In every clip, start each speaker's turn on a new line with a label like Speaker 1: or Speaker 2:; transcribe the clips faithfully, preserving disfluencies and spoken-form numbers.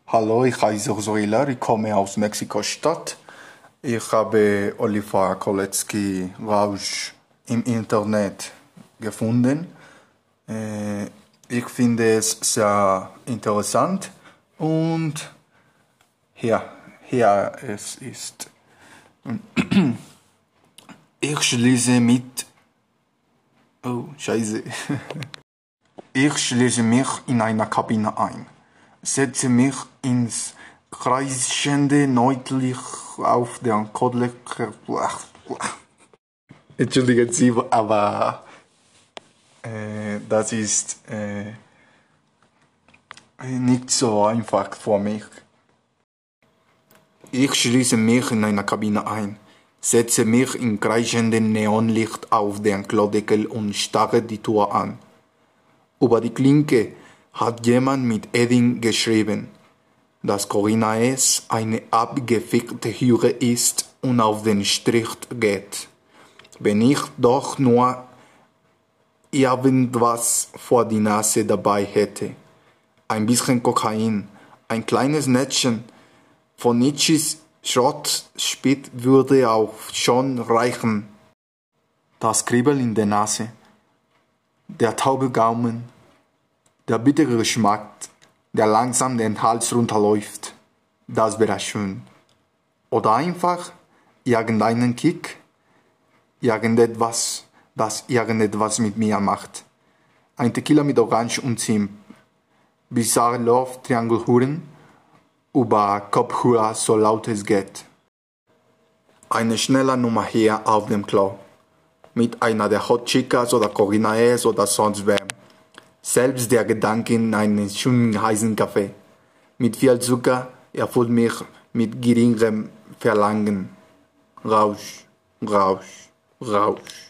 Speaker 1: Hallo, ich heiße Zoila, ich komme aus Mexiko-Stadt. Ich habe Oliver Kolecki Rausch im Internet gefunden. Äh, ich finde es sehr interessant und hier, hier es ist. Ich schließe mit. Oh, Scheiße. Ich schließe mich in einer Kabine ein, setze mich ins kreischende Neutlich auf der Kodlecker. Entschuldigen Sie, aber äh, das ist äh, nicht so einfach für mich. Ich schließe mich in einer Kabine ein, setze mich in kreischendem Neonlicht auf den Klodeckel und starre die Tür an. Über die Klinke hat jemand mit Edding geschrieben, dass Corinna S. eine abgefickte Hure ist und auf den Strich geht. Wenn ich doch nur irgendwas vor die Nase dabei hätte. Ein bisschen Kokain, ein kleines Nettchen von Nietzsches Schrottspit würde auch schon reichen. Das Kribbeln in der Nase, der taube Gaumen, der bittere Geschmack, der langsam den Hals runterläuft, das wäre schön. Oder einfach irgendeinen Kick, irgendetwas, das irgendetwas mit mir macht. Ein Tequila mit Orange und Zimt, Bizarre Love Triangle Huren, über Kopfhörer so laut es geht. Eine schnelle Nummer hier auf dem Klo. Mit einer der Hot Chicas oder Corinna S. oder sonst wem. Selbst der Gedanke in einen schönen heißen Kaffee mit viel Zucker erfüllt mich mit geringem Verlangen. Rausch, Rausch, Rausch.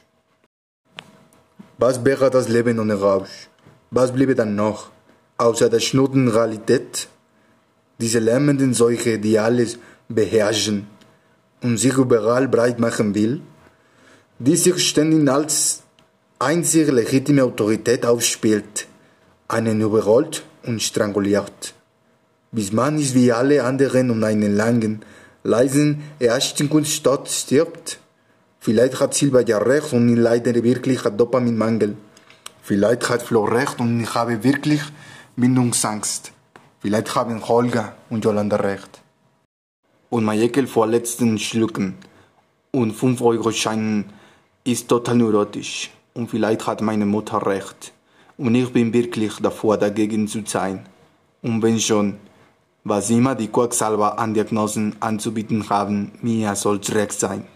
Speaker 1: Was wäre das Leben ohne Rausch? Was bliebe dann noch, außer der schnurrenden Realität? Diese lähmenden Seuche, die alles beherrschen und sich überall breit machen will? Die sich ständig als einzige legitime Autorität aufspielt, einen überrollt und stranguliert, bis man ist wie alle anderen um einen langen, leisen Erstickungstod stirbt. Vielleicht hat Silva ja recht und ich leide wirklich an Dopaminmangel. Vielleicht hat Flo recht und ich habe wirklich Bindungsangst. Vielleicht haben Holger und Jolanda recht. Und mein Ekel vor letzten Schlucken und fünf Euro Scheinen ist total neurotisch. Und vielleicht hat meine Mutter recht. Und ich bin wirklich davor, dagegen zu sein. Und wenn schon, was immer die Quacksalber an Diagnosen anzubieten haben, mir soll's recht sein.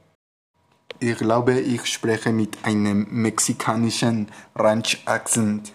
Speaker 1: Ich glaube, ich spreche mit einem mexikanischen Ranch-Akzent.